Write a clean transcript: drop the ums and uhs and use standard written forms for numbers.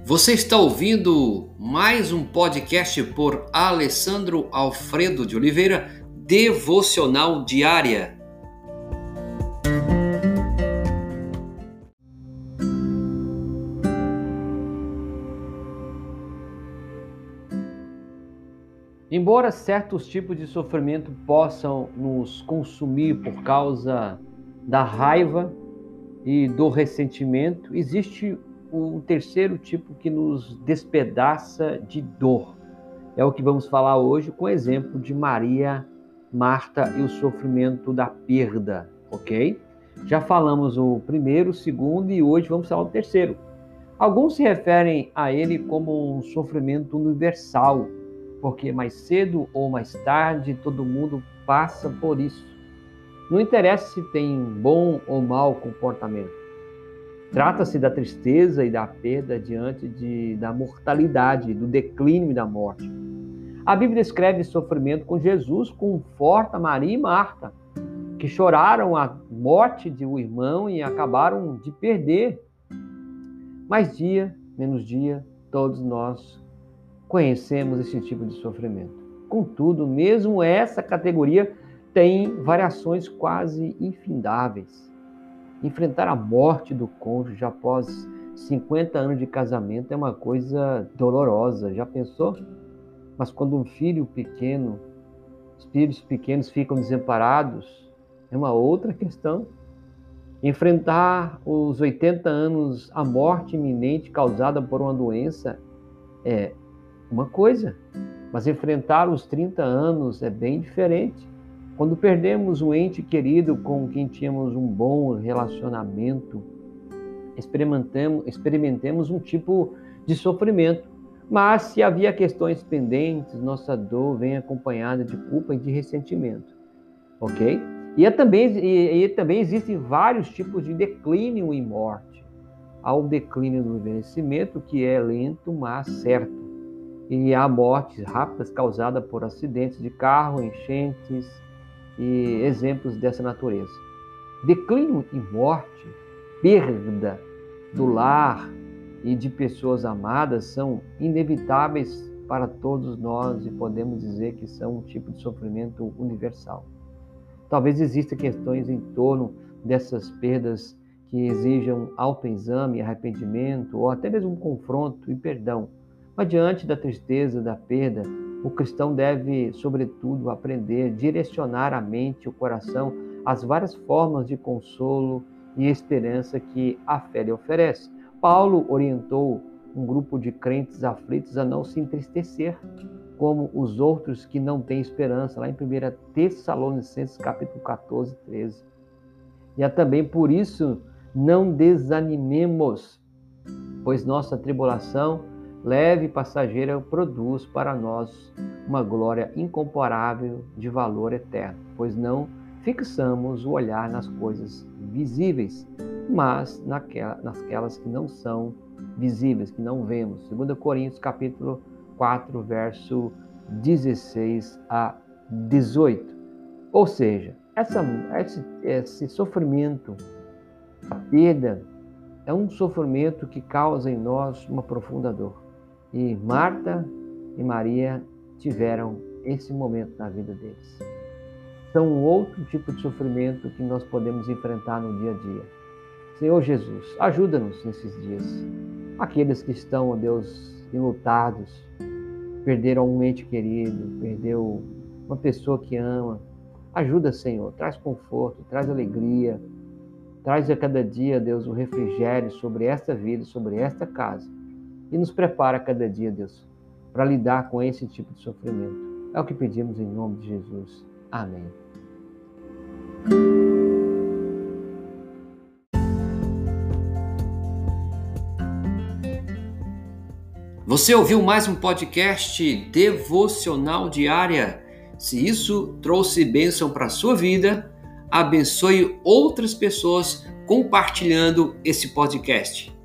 Você está ouvindo mais um podcast por Alessandro Alfredo de Oliveira, Devocional Diária. Embora certos tipos de sofrimento possam nos consumir por causa da raiva e do ressentimento, existe um terceiro tipo que nos despedaça de dor. É o que vamos falar hoje com o exemplo de Maria, Marta e o sofrimento da perda, ok? Já falamos o primeiro, o segundo e hoje vamos falar o terceiro. Alguns se referem a ele como um sofrimento universal, porque mais cedo ou mais tarde todo mundo passa por isso. Não interessa se tem bom ou mau comportamento. Trata-se da tristeza e da perda diante da mortalidade, do declínio e da morte. A Bíblia escreve sofrimento com Jesus, conforta Maria e Marta, que choraram a morte de um irmão e acabaram de perder. Mais dia, menos dia, todos nós conhecemos esse tipo de sofrimento. Contudo, mesmo essa categoria tem variações quase infindáveis. Enfrentar a morte do cônjuge após 50 anos de casamento é uma coisa dolorosa. Já pensou? Mas quando os filhos pequenos ficam desamparados, é uma outra questão. Enfrentar os 80 anos, a morte iminente causada por uma doença é uma coisa, mas enfrentar os 30 anos é bem diferente. Quando perdemos um ente querido com quem tínhamos um bom relacionamento, experimentemos um tipo de sofrimento. Mas se havia questões pendentes, nossa dor vem acompanhada de culpa e de ressentimento, ok? E também existem vários tipos de declínio e morte. Há o declínio do envelhecimento, que é lento, mas certo. E há mortes rápidas causadas por acidentes de carro, enchentes e exemplos dessa natureza. Declínio e morte, perda do lar e de pessoas amadas são inevitáveis para todos nós e podemos dizer que são um tipo de sofrimento universal. Talvez existam questões em torno dessas perdas que exijam autoexame, arrependimento ou até mesmo um confronto e perdão. Mas diante da tristeza, da perda, o cristão deve, sobretudo, aprender a direcionar a mente e o coração às várias formas de consolo e esperança que a fé lhe oferece. Paulo orientou um grupo de crentes aflitos a não se entristecer, como os outros que não têm esperança, lá em 1 Tessalonicenses, capítulo 14, 13. E é também por isso, não desanimemos, pois nossa tribulação leve e passageira produz para nós uma glória incomparável de valor eterno, pois não fixamos o olhar nas coisas visíveis, mas naquelas que não são visíveis, que não vemos. 2 Coríntios capítulo 4, verso 16 a 18. Ou seja, esse sofrimento, a perda, é um sofrimento que causa em nós uma profunda dor. E Marta e Maria tiveram esse momento na vida deles. São um outro tipo de sofrimento que nós podemos enfrentar no dia a dia. Senhor Jesus, ajuda-nos nesses dias. Aqueles que estão, ó Deus, enlutados, perderam um ente querido, perdeu uma pessoa que ama. Ajuda, Senhor, traz conforto, traz alegria, traz a cada dia, Deus, um refrigério sobre esta vida, sobre esta casa. E nos prepara cada dia, Deus, para lidar com esse tipo de sofrimento. É o que pedimos em nome de Jesus. Amém. Você ouviu mais um podcast Devocional Diária? Se isso trouxe bênção para a sua vida, abençoe outras pessoas compartilhando esse podcast.